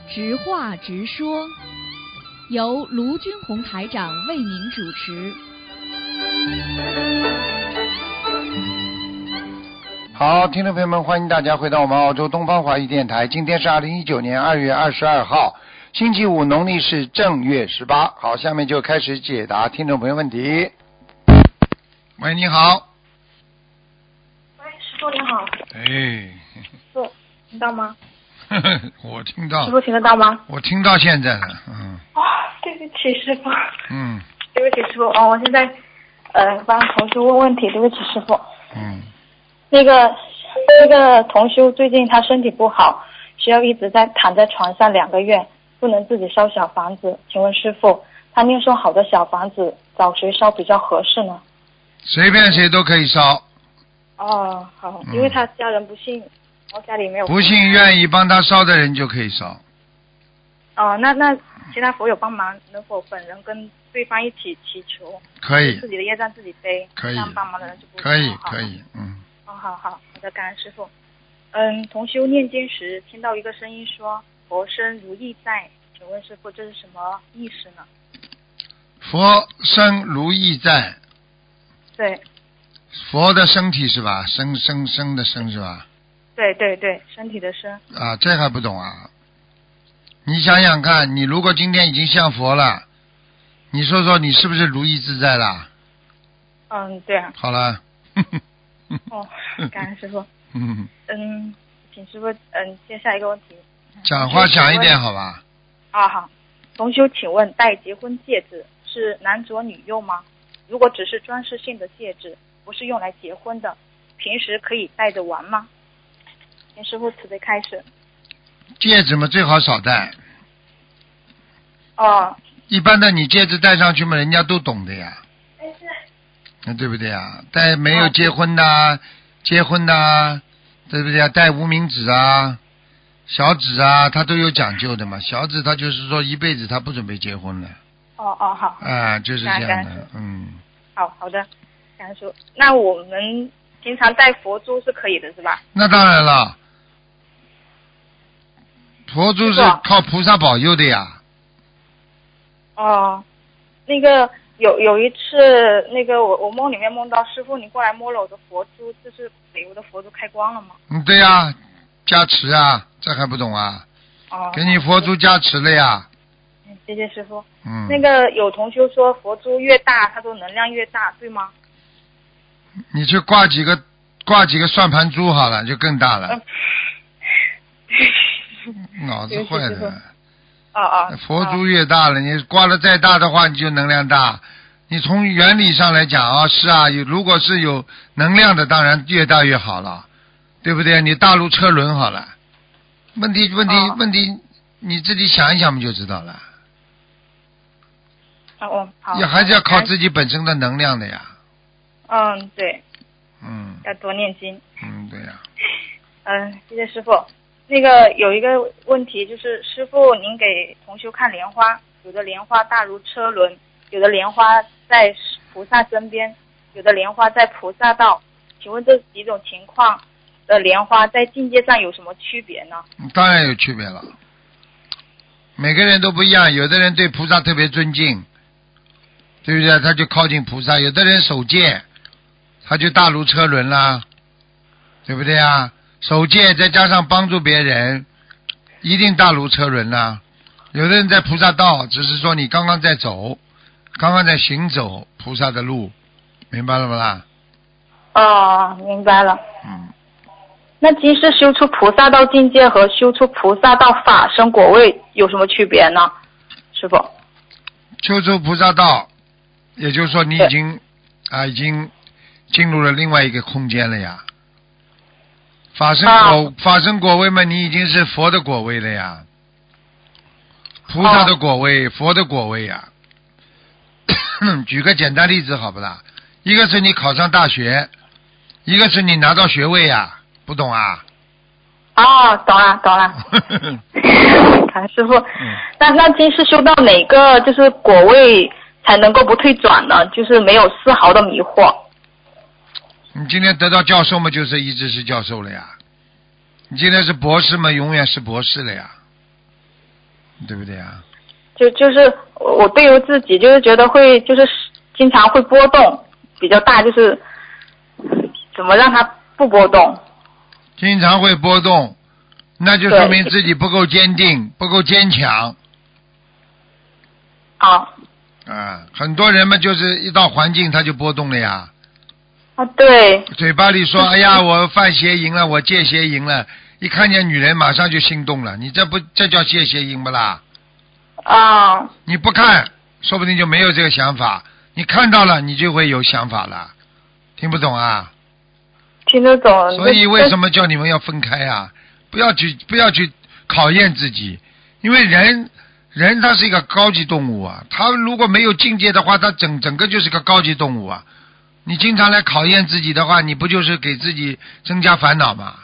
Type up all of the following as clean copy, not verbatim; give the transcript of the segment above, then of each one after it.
直话直说，由卢军红台长为您主持。 好，听众朋友们，欢迎大家回到我们澳洲东方华语电台。今天是2019年2月22号，星期五，农历是正月18。好，下面就开始解答听众朋友问题。喂，你好。 喂，师傅你好。 哎。 师傅，听到吗？ 我听到。 师傅听得到吗？ 我听到现在了， 对不起师傅。对不起师傅，我现在帮同修问问题，对不起师傅。那个同修最近他身体不好，需要一直在躺在床上2个月，不能自己烧小房子。请问师傅，他念诵好的小房子找谁烧比较合适呢？ 随便谁都可以烧。 哦，好，因为他家人不信，然后家里没有不信愿意帮他烧的人就可以烧。 哦，那其他佛友帮忙，能否本人跟对方一起祈求？ 可以。 自己的业障自己背。 可以。 这样帮忙的人就不可以。 好的，感恩师父。同修念经时听到一个声音说佛身如意在，请问师父这是什么意思呢？ 佛身如意在。 对。 佛的身体是吧？生的生是吧？ 对，身体的身。 啊，这还不懂啊？你想想看，你如果今天已经像佛了，你说说你是不是如意自在了？ 对啊。 好了。 感恩师父。请师父接下一个问题。 讲话响一点好吧？ 好。同修，请问戴结婚戒指是男左女右吗？如果只是装饰性的戒指，不是用来结婚的，平时可以戴着玩吗？请师父慈悲开始。 戒指嘛，最好少戴。一般的你戒指戴上去嘛，人家都懂的呀。对不对呀？戴没有结婚的，结婚的，对不对呀？戴无名指啊，小指啊，他都有讲究的嘛。小指他就是说一辈子他不准备结婚了。 好。 就是这样的。 好的，感恩师父。那我们平常戴佛珠是可以的，是吧？ 那当然了，佛珠是靠菩萨保佑的呀。 那个。有一次，那个我梦里面梦到师父你过来摸了我的佛珠，这是给我的佛珠开光了吗？ 对呀，加持啊，这还不懂啊？给你佛珠加持了呀。 谢谢师父。那个有同修说佛珠越大，他说能量越大，对吗？ 你去挂几个算盘珠好了，就更大了。脑子坏的。佛珠越大了，你挂的再大的话，你就能量大。你从原理上来讲是啊，如果是有能量的，当然越大越好了，对不对？你大如车轮好了。问题，你自己想一想不就知道了？ 好。 也还是要靠自己本身的能量的呀。 对。要多念经。 对呀。 谢谢师父。那个有一个问题，就是师父您给同修看莲花，有的莲花大如车轮，有的莲花在菩萨身边，有的莲花在菩萨道，请问这几种情况的莲花在境界上有什么区别呢？ 当然有区别了，每个人都不一样，有的人对菩萨特别尊敬，对不对？他就靠近菩萨，有的人守戒，他就大如车轮啦，对不对啊？守戒再加上帮助别人，一定大如车轮啦。有的人在菩萨道，只是说你刚刚在走，刚刚在行走菩萨的路，明白了吗啦？ 明白了。那即使修出菩萨道境界和修出菩萨道法身果位有什么区别呢？师父？ 修出菩萨道，也就是说你已经进入了另外一个空间了呀。法身果位嘛，你已经是佛的果位了呀，菩萨的果位，佛的果位呀。举个简单例子好不啦？一个是你考上大学，一个是你拿到学位呀，不懂啊？ 懂了。看师父。那今世修到哪个就是果位才能够不退转呢？就是没有丝毫的迷惑。 你今天得到教授嘛，就是一直是教授了呀。你今天是博士嘛，永远是博士了呀。 对不对啊？ 就是我对于自己就是觉得会就是经常会波动比较大，就是怎么让它不波动？ 经常会波动，那就说明自己不够坚定，不够坚强。 啊。 很多人嘛，就是一到环境他就波动了呀。 啊，对。 嘴巴里说：“哎呀，我犯邪淫了，我戒邪淫了。”一看见女人，马上就心动了。你这叫戒邪淫不啦？ 啊。 你不看，说不定就没有这个想法；你看到了，你就会有想法了。听不懂啊？ 听得懂。 所以为什么叫你们要分开啊？不要去考验自己，因为人他是一个高级动物啊，他如果没有境界的话，他整个就是个高级动物啊。你经常来考验自己的话，你不就是给自己增加烦恼吗？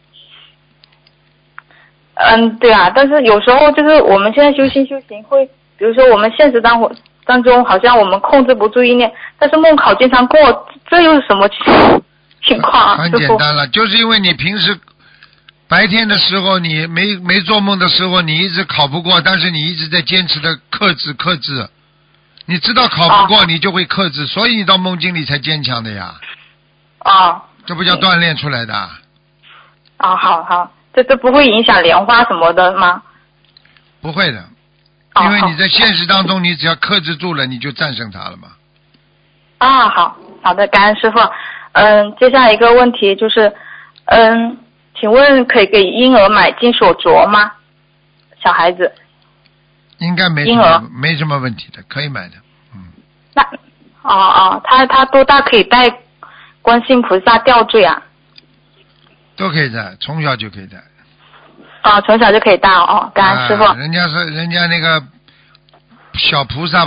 对啊，但是有时候就是我们现在修行会，比如说我们现实当中好像我们控制不住意念，但是梦考经常过，这又是什么情况啊？ 很简单了，就是因为你平时白天的时候你没做梦的时候你一直考不过，但是你一直在坚持的克制，你知道考不过你就会克制，所以你到梦境里才坚强的呀。这不叫锻炼出来的。 好，这不会影响莲花什么的吗？ 不会的，因为你在现实当中你只要克制住了，你就战胜它了嘛。 好的，感恩师父。接下来一个问题就是，请问可以给婴儿买金锁镯吗？小孩子。 应该没什么问题的，可以买的。 那他多大可以戴观世音菩萨吊坠啊？ 都可以戴，从小就可以戴。 从小就可以戴感恩师父。 人家那个小菩萨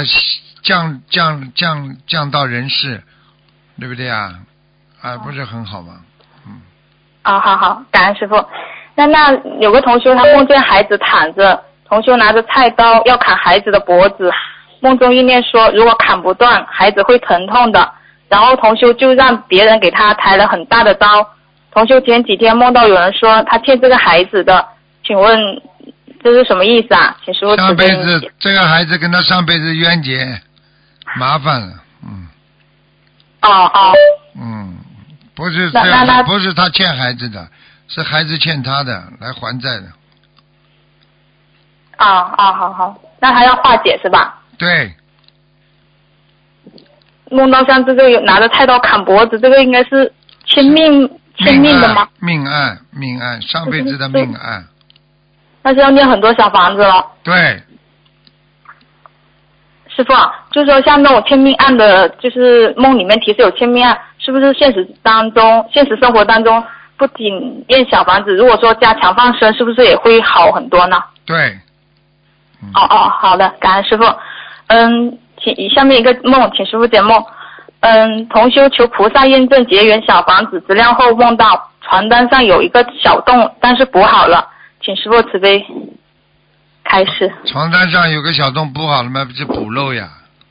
降到人世，对不对啊？不是很好吗？ 好，感恩师父。那有个同学他梦见孩子躺着，同修拿着菜刀要砍孩子的脖子，梦中意念说如果砍不断孩子会疼痛的，然后同修就让别人给他抬了很大的刀。同修前几天梦到有人说他欠这个孩子的，请问这是什么意思啊？请师父慈悲。 上辈子这个孩子跟他上辈子冤结，麻烦了。不是这样，不是他欠孩子的，是孩子欠他的，来还债的。 好，那还要化解是吧？ 对。 梦到像这个有拿着菜刀砍脖子，这个应该是欠命的吗？ 命案，上辈子的命案。 那是要念很多小房子了。 对。 师父，就是说像那种欠命案的，就是梦里面提示有欠命案，是不是现实生活当中不仅念小房子，如果说加强放生，是不是也会好很多呢？ 对。 好的，感恩师父。下面一个梦，请师父解梦。同修求菩萨验证结缘小房子质量后，梦到床单上有一个小洞，但是补好了，请师父慈悲开示。 床单上有个小洞补好了吗？不是补漏呀。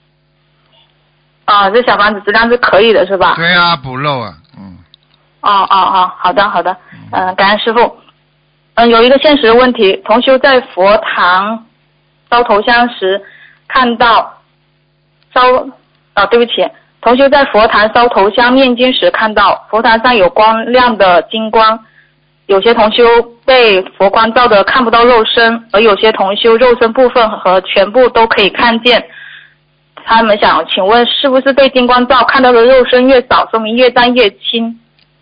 这小房子质量是可以的是吧？ 对啊，补漏啊。 好的。感恩师父。有一个现实问题，同修在佛堂烧头香时看到对不起，同修在佛堂烧头香念经时看到佛堂上有光亮的金光，有些同修被佛光照得看不到肉身，而有些同修肉身部分和全部都可以看见。他们想请问是不是被金光照看到的肉身越少，说明业障越轻？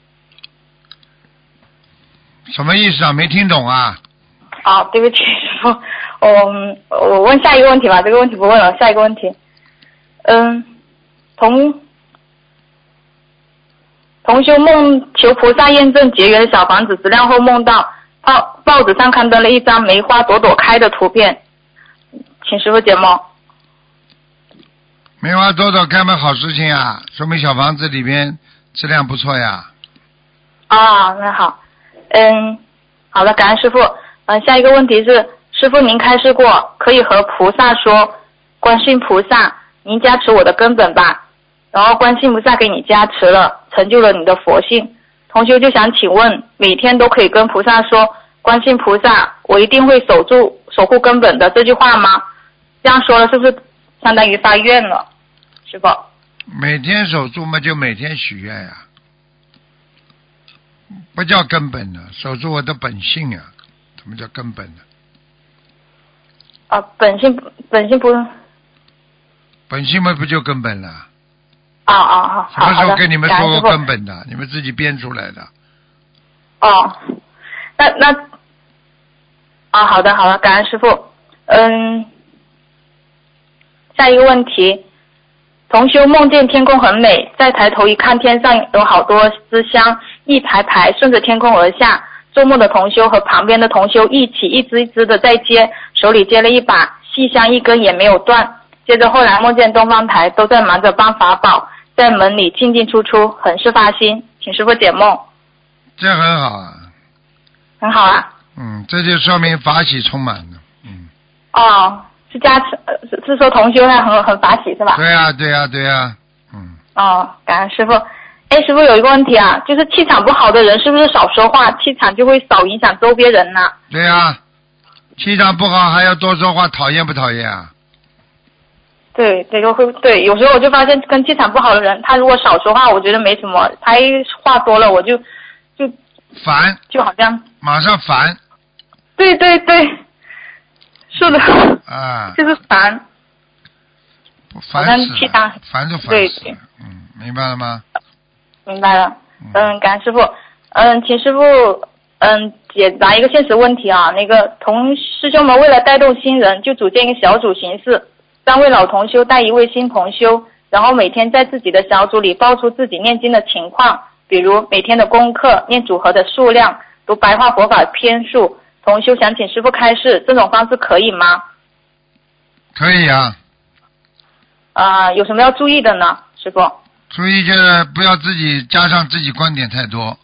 什么意思啊？没听懂啊。 对不起师父，我问下一个问题吧，这个问题不问了，下一个问题。同修梦求菩萨验证结缘小房子质量后，梦到报纸上刊登了一张梅花朵朵开的图片，请师父解梦。 梅花朵朵开门好事情啊，说明小房子里边质量不错呀。 那好。好的，感恩师父。下一个问题是，师父您开示过可以和菩萨说，观世音菩萨您加持我的根本吧，然后观世音菩萨给你加持了，成就了你的佛性。同修就想请问，每天都可以跟菩萨说，观世音菩萨我一定会守护根本的这句话吗？这样说了是不是相当于发愿了，师傅？ 每天守住嘛，就每天许愿呀，不叫根本的，守住我的本性呀，什么叫根本的？ 本性不， 本性嘛不就根本了？ 好， 什么时候跟你们说过根本的？你们自己编出来的。 好的，感恩师傅。下一个问题，同修梦见天空很美，再抬头一看，天上有好多支香，一排排顺着天空而下。做梦的同修和旁边的同修一起一支一支的在接，手里接了一把细香，一根也没有断。接着后来梦见东方台都在忙着搬法宝，在门里进进出出，很是发心，请师傅解梦。 这很好啊。 很好啊。 这就说明法喜充满了。 是加持，是说同修他很法喜是吧？ 对呀。 感恩师傅。师傅有一个问题啊，就是气场不好的人是不是少说话，气场就会少影响周边人呢？ 对呀，气场不好还要多说话，讨厌不讨厌啊？ 对，有时候我就发现跟气场不好的人，他如果少说话，我觉得没什么，他一话多了我就烦， 就好像马上烦。 对，是的。就是烦。 烦死了，烦就烦死了。明白了吗？ 明白了。感恩师傅。请师傅解答一个现实问题啊。那个同师兄们为了带动新人，就组建一个小组形式，3位老同修带1位新同修，然后每天在自己的小组里报出自己念经的情况，比如每天的功课、念组合的数量、读白话佛法篇数。同修想请师傅开示，这种方式可以吗？ 可以啊。 有什么要注意的呢，师傅？ 注意就是不要自己加上自己观点太多。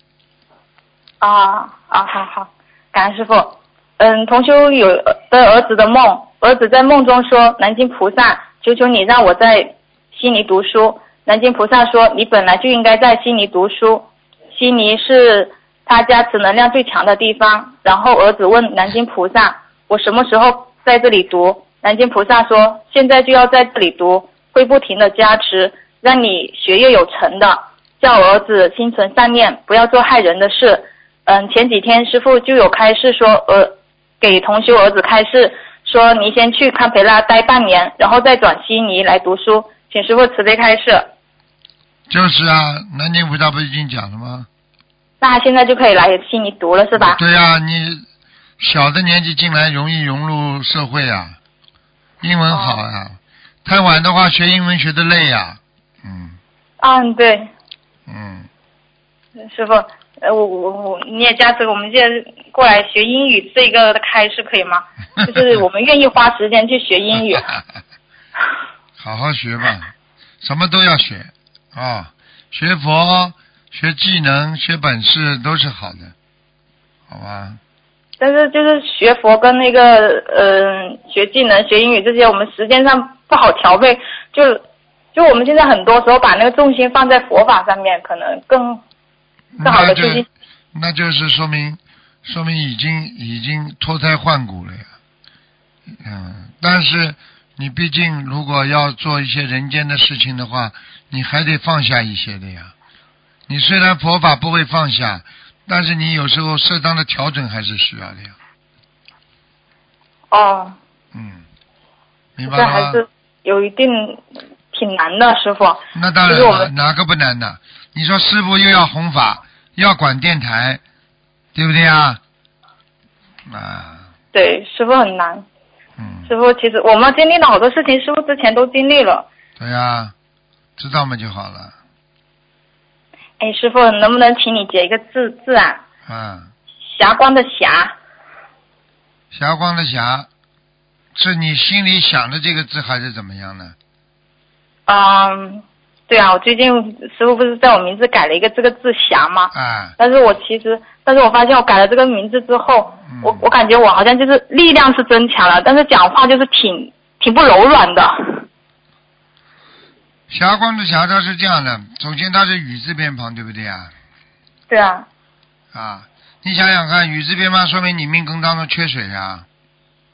好，感恩师傅。同修有的儿子的梦，儿子在梦中说：南京菩萨，求求你让我在悉尼读书。南京菩萨说：你本来就应该在悉尼读书，悉尼是他加持能量最强的地方。然后儿子问南京菩萨：我什么时候在这里读？南京菩萨说：现在就要在这里读，会不停的加持，让你学业有成的。叫儿子心存善念，不要做害人的事。前几天师父就有开示说，给同修儿子开示说，你先去堪培拉待半年，然后再转悉尼来读书，请师父慈悲开示。 就是啊，南京菩萨不是已经讲了吗？ 那他现在就可以来悉尼读了是吧？ 对啊，你小的年纪进来容易融入社会啊，英文好啊，太晚的话学英文学得累啊。 对。师父，你也加持我们现在过来学英语这个的开示可以吗？就是我们愿意花时间去学英语。 好好学吧，什么都要学学佛、学技能、学本事都是好的，好吧？ 但是就是学佛跟那个学技能、学英语这些，我们时间上不好调配，就我们现在很多时候把那个重心放在佛法上面，可能更好的去。 那就是说明已经脱胎换骨了呀。但是你毕竟如果要做一些人间的事情的话，你还得放下一些的呀。你虽然佛法不会放下，但是你有时候适当的调整还是需要的呀。明白了吗？ 这还是有一定挺难的，师傅。 那当然了，哪个不难呢？你说师傅又要弘法，又要管电台，对不对啊？ 对，师傅很难。师傅，其实我们经历了好多事情，师傅之前都经历了。 对呀，知道嘛就好了。 师傅，能不能请你解一个字啊？霞光的霞。 霞光的霞，是你心里想的这个字还是怎么样呢？ 对啊，我最近师傅不是在我名字改了一个这个字霞吗？但是我发现我改了这个名字之后，我感觉我好像就是力量是增强了，但是讲话就是挺不柔软的。 霞光的霞它是这样的，首先它是雨字边旁，对不对啊？ 对啊。 你想想看，雨字边旁说明你命根当中缺水啊。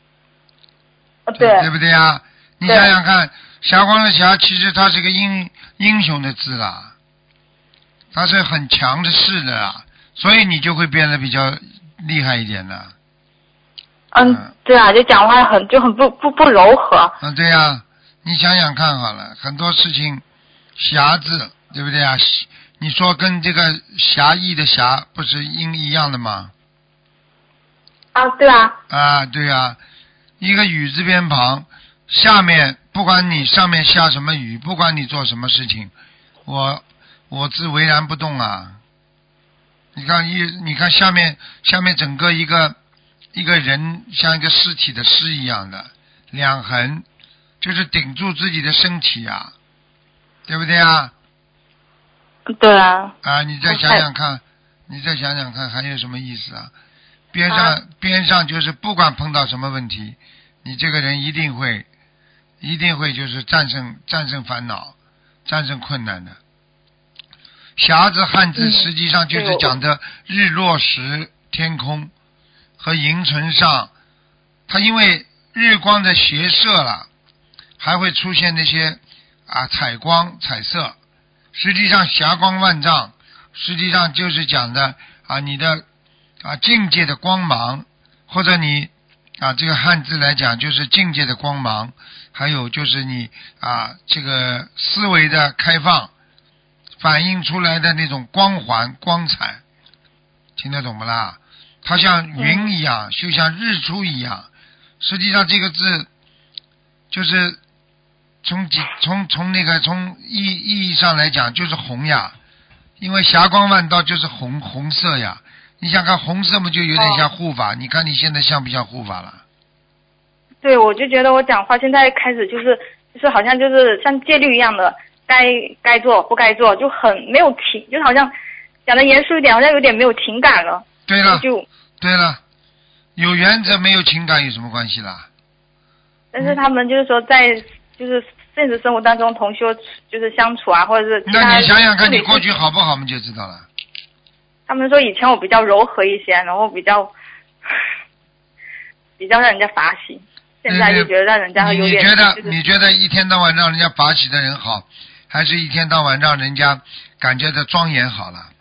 对不对啊？你想想看，霞光的霞其实它是个英雄的字啦，它是很强的势的啦，所以你就会变得比较厉害一点的。 对啊，就讲话很不柔和。 对呀，你想想看好了，很多事情侠字对不对啊？你说跟这个侠义的侠不是音一样的吗？ 对啊。 对啊，一个雨字边旁，下面不管你上面下什么雨，不管你做什么事情，我自为然不动啊。你看下面整个一个人像一个尸体的尸一样的两横，就是顶住自己的身体啊，对不对啊？ 对啊。 你再想想看还有什么意思啊？边上就是不管碰到什么问题，你这个人一定会就是战胜烦恼，战胜困难的。霞字汉字实际上就是讲的日落时天空和迎春上，它因为日光的斜射了，还会出现那些彩光彩色，实际上霞光万丈，实际上就是讲的你的境界的光芒，或者你这个汉字来讲就是境界的光芒，还有就是你这个思维的开放，反映出来的那种光环光彩，听得懂不啦？它像云一样，就像日出一样。实际上这个字就是从意义上来讲就是红呀，因为霞光万道就是红色呀。你想看红色嘛，就有点像护法。你看你现在像不像护法了？ 对，我就觉得我讲话现在开始就是好像就是像戒律一样的，该做不该做，就很没有情，就好像讲的严肃一点，好像有点没有情感了。 对了，对了，有原则没有情感有什么关系啦？ 但是他们就是说在就是现实生活当中同修就是相处或者是那你想想看你过去好不好，我们就知道了。 他们说以前我比较柔和一些，然后比较让人家法喜，现在就觉得让人家有点。 你觉得一天到晚让人家法喜的人好，还是一天到晚让人家感觉的庄严好了？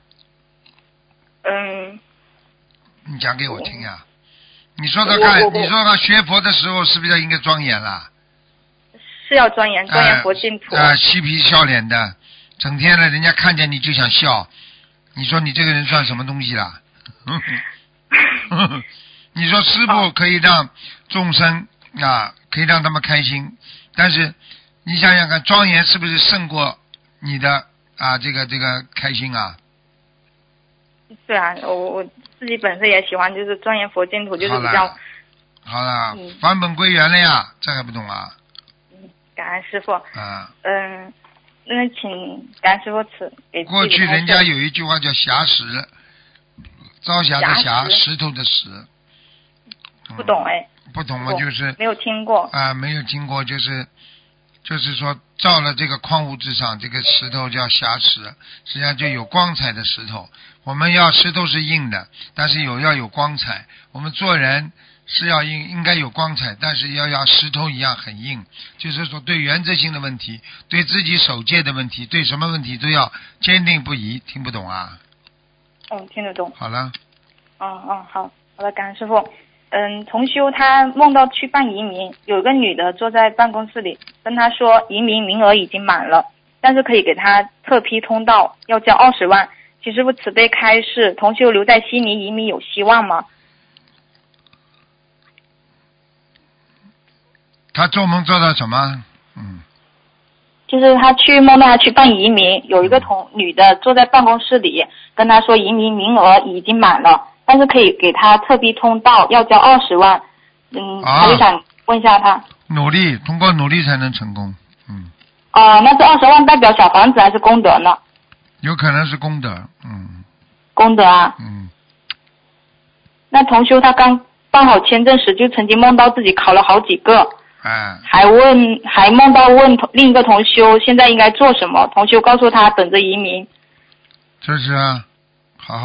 你讲给我听呀。你说说看，你说看学佛的时候是不是应该庄严啦？ 是要庄严佛净土。 嬉皮笑脸的，整天呢人家看见你就想笑。你说你这个人算什么东西啦？你说师父可以让众生可以让他们开心，但是你想想看，庄严是不是胜过你的这个开心啊？ 对啊，我自己本身也喜欢，就是庄严佛净土，就是比较好了，返本归元了呀，这还不懂啊？ 感恩师父。那请感恩师父给过去人家有一句话叫霞石，朝霞的霞，石头的石。 不懂不懂嘛，就是没有听过没有听过，就是说照了这个矿物质上，这个石头叫霞石，实际上就有光彩的石头。我们要石头是硬的，但是要有光彩。我们做人是要应该有光彩，但是要石头一样很硬。就是说对原则性的问题，对自己守戒的问题，对什么问题都要坚定不移。听不懂啊？ 听得懂。 好了。 好的，感恩师父。同修他梦到去办移民，有个女的坐在办公室里跟他说移民名额已经满了，但是可以给他特批通道，要交20万。请师父慈悲开示，同修留在悉尼移民有希望吗？ 他做梦做到什么？ 就是他梦到他去办移民，有一个女的坐在办公室里跟他说移民名额已经满了，但是可以给他特批通道，要交20万。他就想问一下他。 通过努力才能成功。 那这20万代表小房子还是功德呢？ 有可能是功德。 功德啊。那同修他刚办好签证时就曾经梦到自己考了好几个。还梦到问另一个同修现在应该做什么，同修告诉他等着移民。 就是好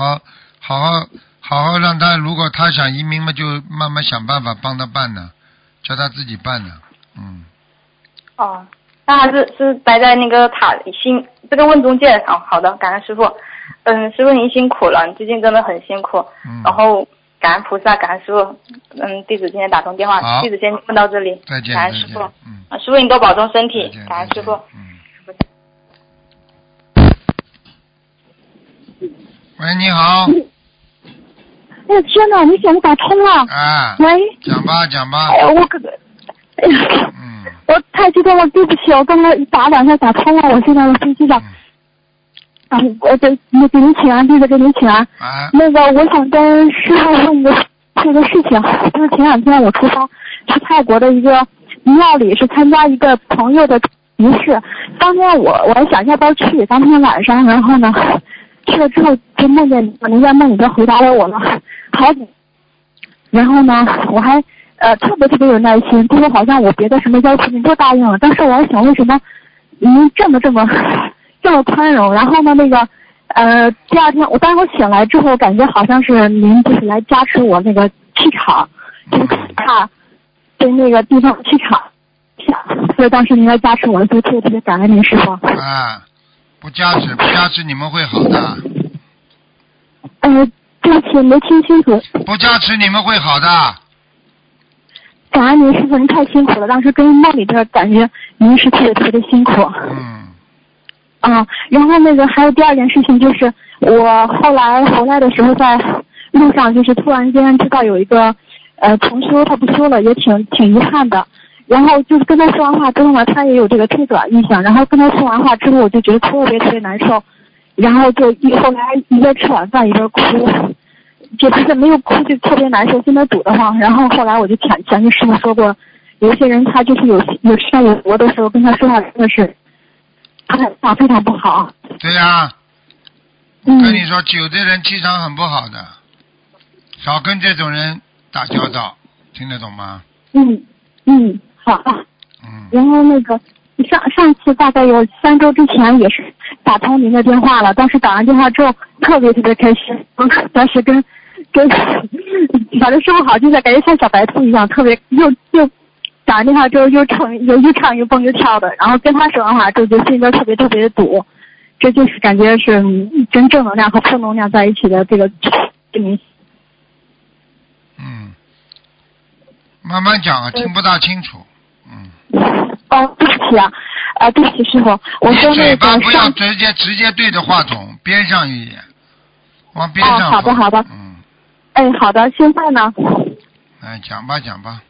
好让他，如果他想移民嘛，就慢慢想办法帮他办呢，叫他自己办呢。 哦，那还是待在那个塔辛这个问中介上。好的，感恩师傅。师傅您辛苦了，最近真的很辛苦。然后感恩菩萨，感恩师傅。弟子今天打通电话，弟子先问到这里。 再见。 感恩师傅。师傅你多保重身体。感恩师傅。 喂，你好。 哎呀天哪，你怎么打通了？ 啊。 喂。讲吧。 哎呀，我太激动了，对不起，我刚才打2下打通了，我现在在飞机上。我给您请安，弟子给您请安。那个，我想跟师傅问一个事情，就是前2天我出发去泰国的一个庙里，是参加一个朋友的仪式。当天我还想要不要去，当天晚上，然后呢，去了之后就梦见您在梦里边回答了我了好几，然后呢，我还特别有耐心，就是好像我别的什么要求您都答应了，但是我还想为什么您这么宽容，然后呢那个第2天当我醒来之后，感觉好像是您就是来加持我那个气场，就是怕对那个地方气场，所以当时您来加持我，所以特别感恩您师傅。 不加持你们会好的。 对不起，没听清楚。 不加持你们会好的。 感恩您师傅，您太辛苦了，当时跟梦里边感觉您是特别的辛苦。然后那个还有第2件事情，就是我后来回来的时候，在路上就是突然间知道有一个同修他不修了，也挺遗憾的。然后就是跟他说完话之后呢，他也有这个退转意向，然后跟他说完话之后，我就觉得特别难受，然后就后来一边吃晚饭一边哭，就是没有哭就特别难受，心里堵得慌。然后后来我就想起师傅说过，有一些人他就是有善有佛的时候，跟他说话真的是他非常不好。 对呀。跟你说，有的人气场很不好的，少跟这种人打交道，听得懂吗？ 好。然后那个上次大概有3周之前也是打通您的电话了，当时打完电话之后特别开心，当时跟反正师傅好，就是感觉像小白兔一样，特别又打完电话之后又唱又蹦又跳的，然后跟他说完话之后就心里边特别的堵，这就是感觉是真正能量和负能量在一起的这个明。 慢慢讲啊，听不大清楚。 对不起啊，对不起师傅，我说那个嘴巴不要直接对着话筒，边上一点，往边上。 好的。好的，现在呢？ 讲吧。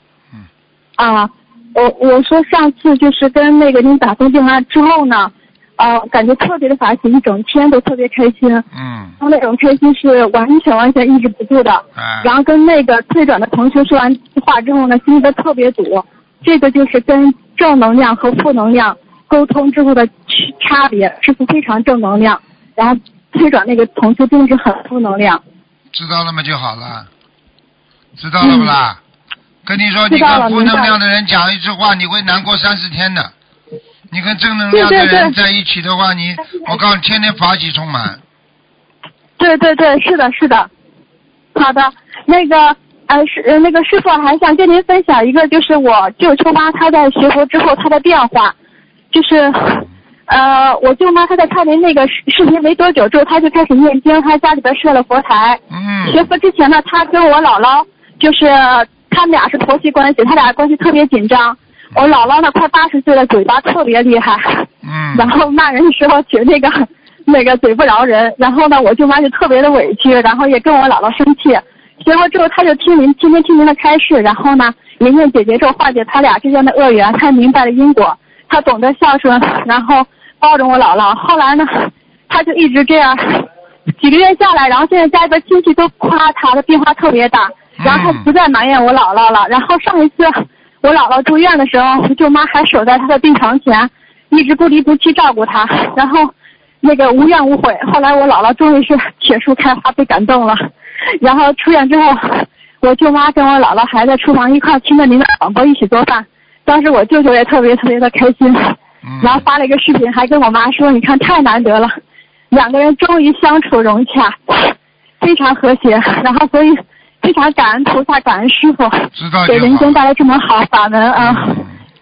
我说上次就是跟那个您打通电话之后呢，感觉特别的法喜，一整天都特别开心。那种开心是完全抑制不住的。然后跟那个退转的同学说完话之后呢，心里边特别堵。这个就是跟正能量和负能量沟通之后的差别，是非常正能量，然后退转那个同学真的是很负能量。 知道了吗就好了，知道了不啦？跟你说，你跟负能量的人讲一句话，你会难过3-4天的。你跟正能量的人在一起的话，我告诉你，天天法喜充满。 对，是的。好的，那个那个师傅还想跟您分享一个，就是我舅妈她在学佛之后她的变化，就是我舅妈她在看您那个视频没多久之后，她就开始念经，她家里边设了佛台。学佛之前呢，她跟我姥姥就是他们俩是婆媳关系，他俩关系特别紧张。我姥姥呢快80岁了，嘴巴特别厉害。然后骂人的时候觉得那个嘴不饶人，然后呢我舅妈就特别的委屈，然后也跟我姥姥生气。学佛之后，他就天天听您的开示，然后呢，也念姐姐咒化解他俩之间的恶缘，他明白了因果，他懂得孝顺，然后包容我姥姥。后来呢，他就一直这样，几个月下来，然后现在家里边亲戚都夸他的变化特别大，然后他不再埋怨我姥姥了。然后上一次我姥姥住院的时候，我舅妈还守在她的病床前，一直不离不弃照顾她，然后那个无怨无悔。后来我姥姥终于是铁树开花，被感动了。然后出院之后，我舅妈跟我姥姥还在厨房一块听着您的广播一起做饭，当时我舅舅也特别的开心，然后发了一个视频，还跟我妈说，你看太难得了，2个人终于相处融洽，非常和谐。然后所以非常感恩菩萨，感恩师傅给人间带来这么好法门啊。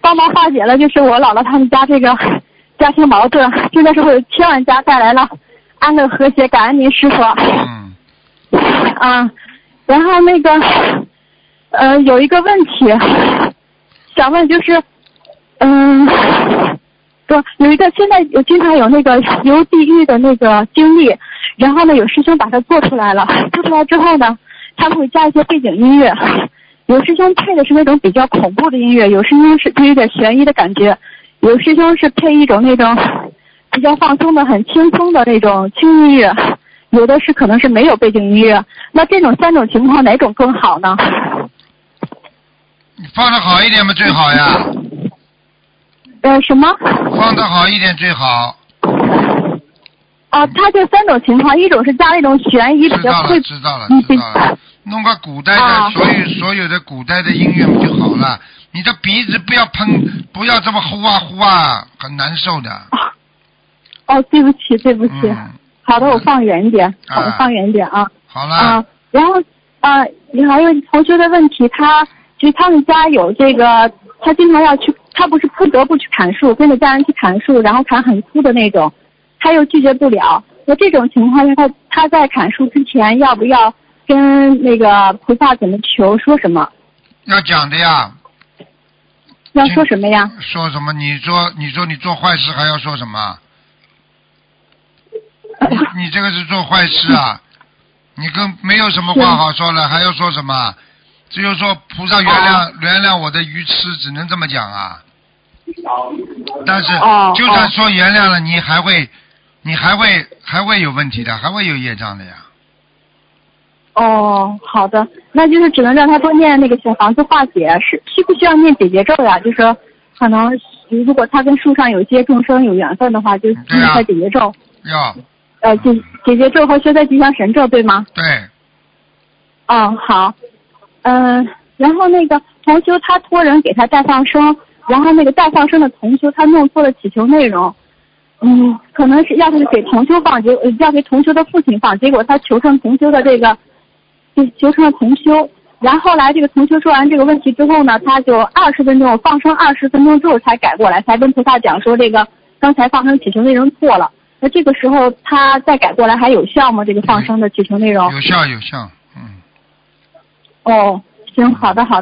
帮忙化解了就是我姥姥他们家这个家庭矛盾，现在是为千万家带来了安乐和谐，感恩您师傅。然后那个有一个问题想问，就是有一个现在经常有那个游地狱的那个经历，然后呢有师兄把它做出来了，做出来之后呢他们会加一些背景音乐，有师兄配的是那种比较恐怖的音乐，有师兄是就有点悬疑的感觉，有师兄是配一种那种比较放松的很轻松的那种轻音乐，有的是可能是没有背景音乐。那这种3种情况哪种更好呢？ 你放的好一点嘛最好呀。 什么？ 放的好一点最好。 它就3种情况，一种是加那种悬疑比较知道了。弄个古代的所有的古代的音乐就好了。你的鼻子不要喷，不要这么呼啊呼啊，很难受的。 对不起。好的，我放远一点。我放远一点啊。 好了。 然后还有同学的问题，他们家有这个，他经常要去，他不得不去砍树，跟着家人去砍树，然后砍很粗的那种，他又拒绝不了。那这种情况下，他在砍树之前要不要跟那个菩萨怎么求，说什么？ 要讲的呀。 要说什么呀？ 说什么？你说你做坏事还要说什么？你这个是做坏事啊！你更没有什么话好说了，还要说什么？只有说菩萨原谅我的愚痴，只能这么讲啊。但是就算说原谅了，你还会有问题的，还会有业障的呀。 好的，那就是只能让他多念那个小房子化解，需不需要念解结咒呀？就是说可能如果他跟树上有些众生有缘分的话，就念他解结咒。 要。 解结咒和消灾吉祥神咒对吗？ 对。 好。然后那个同修他托人给他代放生，然后那个代放生的同修他弄错了祈求内容，可能是要给同修放，要给同修的父亲放，结果他求成同修的这个，就求成了同修。然后后来这个同修说完这个问题之后呢，他就20分钟放生20分钟之后才改过来，才跟菩萨讲说这个刚才放生祈求内容错了。那这个时候他再改过来还有效吗？这个放生的祈求内容？ 有效。 行，好的。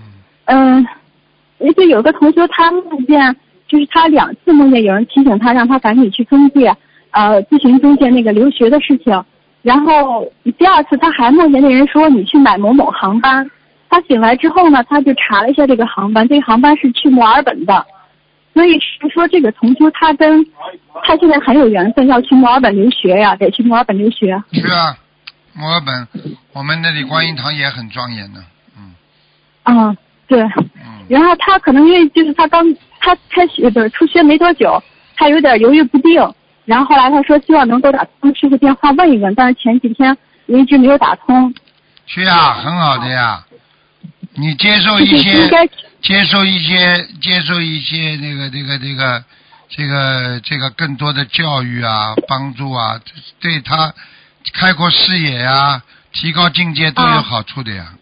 就有个同学他梦见，就是他2次梦见有人提醒他，让他赶紧去中介，咨询中介那个留学的事情。然后第2次他还梦见那人说你去买某某航班，他醒来之后呢，他就查了一下这个航班，这个航班是去墨尔本的。所以是说这个同修他现在很有缘分要去墨尔本留学呀，得去墨尔本留学。 是啊，墨尔本我们那里观音堂也很庄严的。 对。然后他可能因为就是他开学的出学没多久，他有点犹豫不定，然后后来他说希望能够打通师傅电话问一问，但是前几天一直没有打通。 是啊，很好的呀，你接受一些这个更多的教育啊，帮助啊，对他开阔视野啊，提高境界都有好处的呀。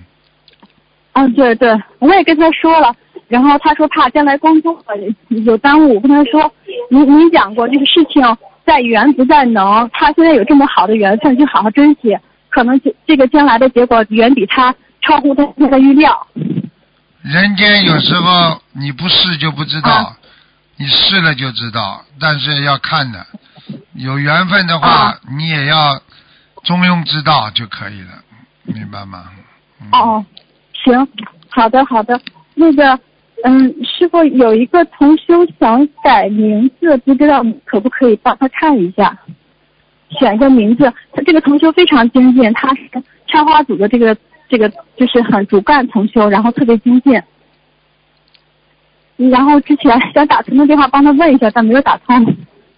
对，我也跟他说了，然后他说怕将来工作有耽误，我跟他说您讲过这个事情在缘不在能，他现在有这么好的缘分就好好珍惜，可能这个将来的结果远比他超乎他的预料。 人间有时候你不试就不知道，你试了就知道，但是要看的，有缘分的话，你也要中庸之道就可以了，明白吗？ 行，好的。那个师傅有一个同修想改名字，不知道可不可以帮他看一下，选一个名字。这个同修非常精进，他是插花组的这个就是很主干同修，然后特别精进。然后之前想打通的电话帮他问一下，但没有打通。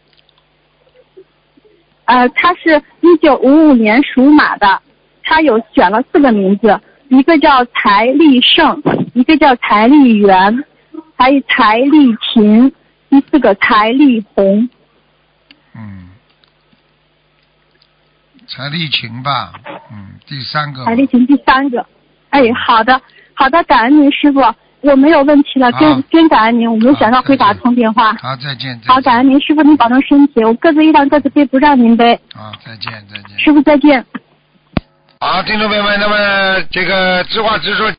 他是1955年属马的，他选了4个名字，一个叫财力盛，一个叫财力圆，还有财力勤，第4个财力红。 财力勤吧，第3个。 财力勤第3个。好的，感恩您师傅。 我没有问题了，真感恩您，我没有想到会打通电话。 好，再见。 好，感恩您，师傅您保重身体，我各自一档各自背，不让您背。 好，再见。 师傅再见。 好，听众朋友们，那么这个知话直说。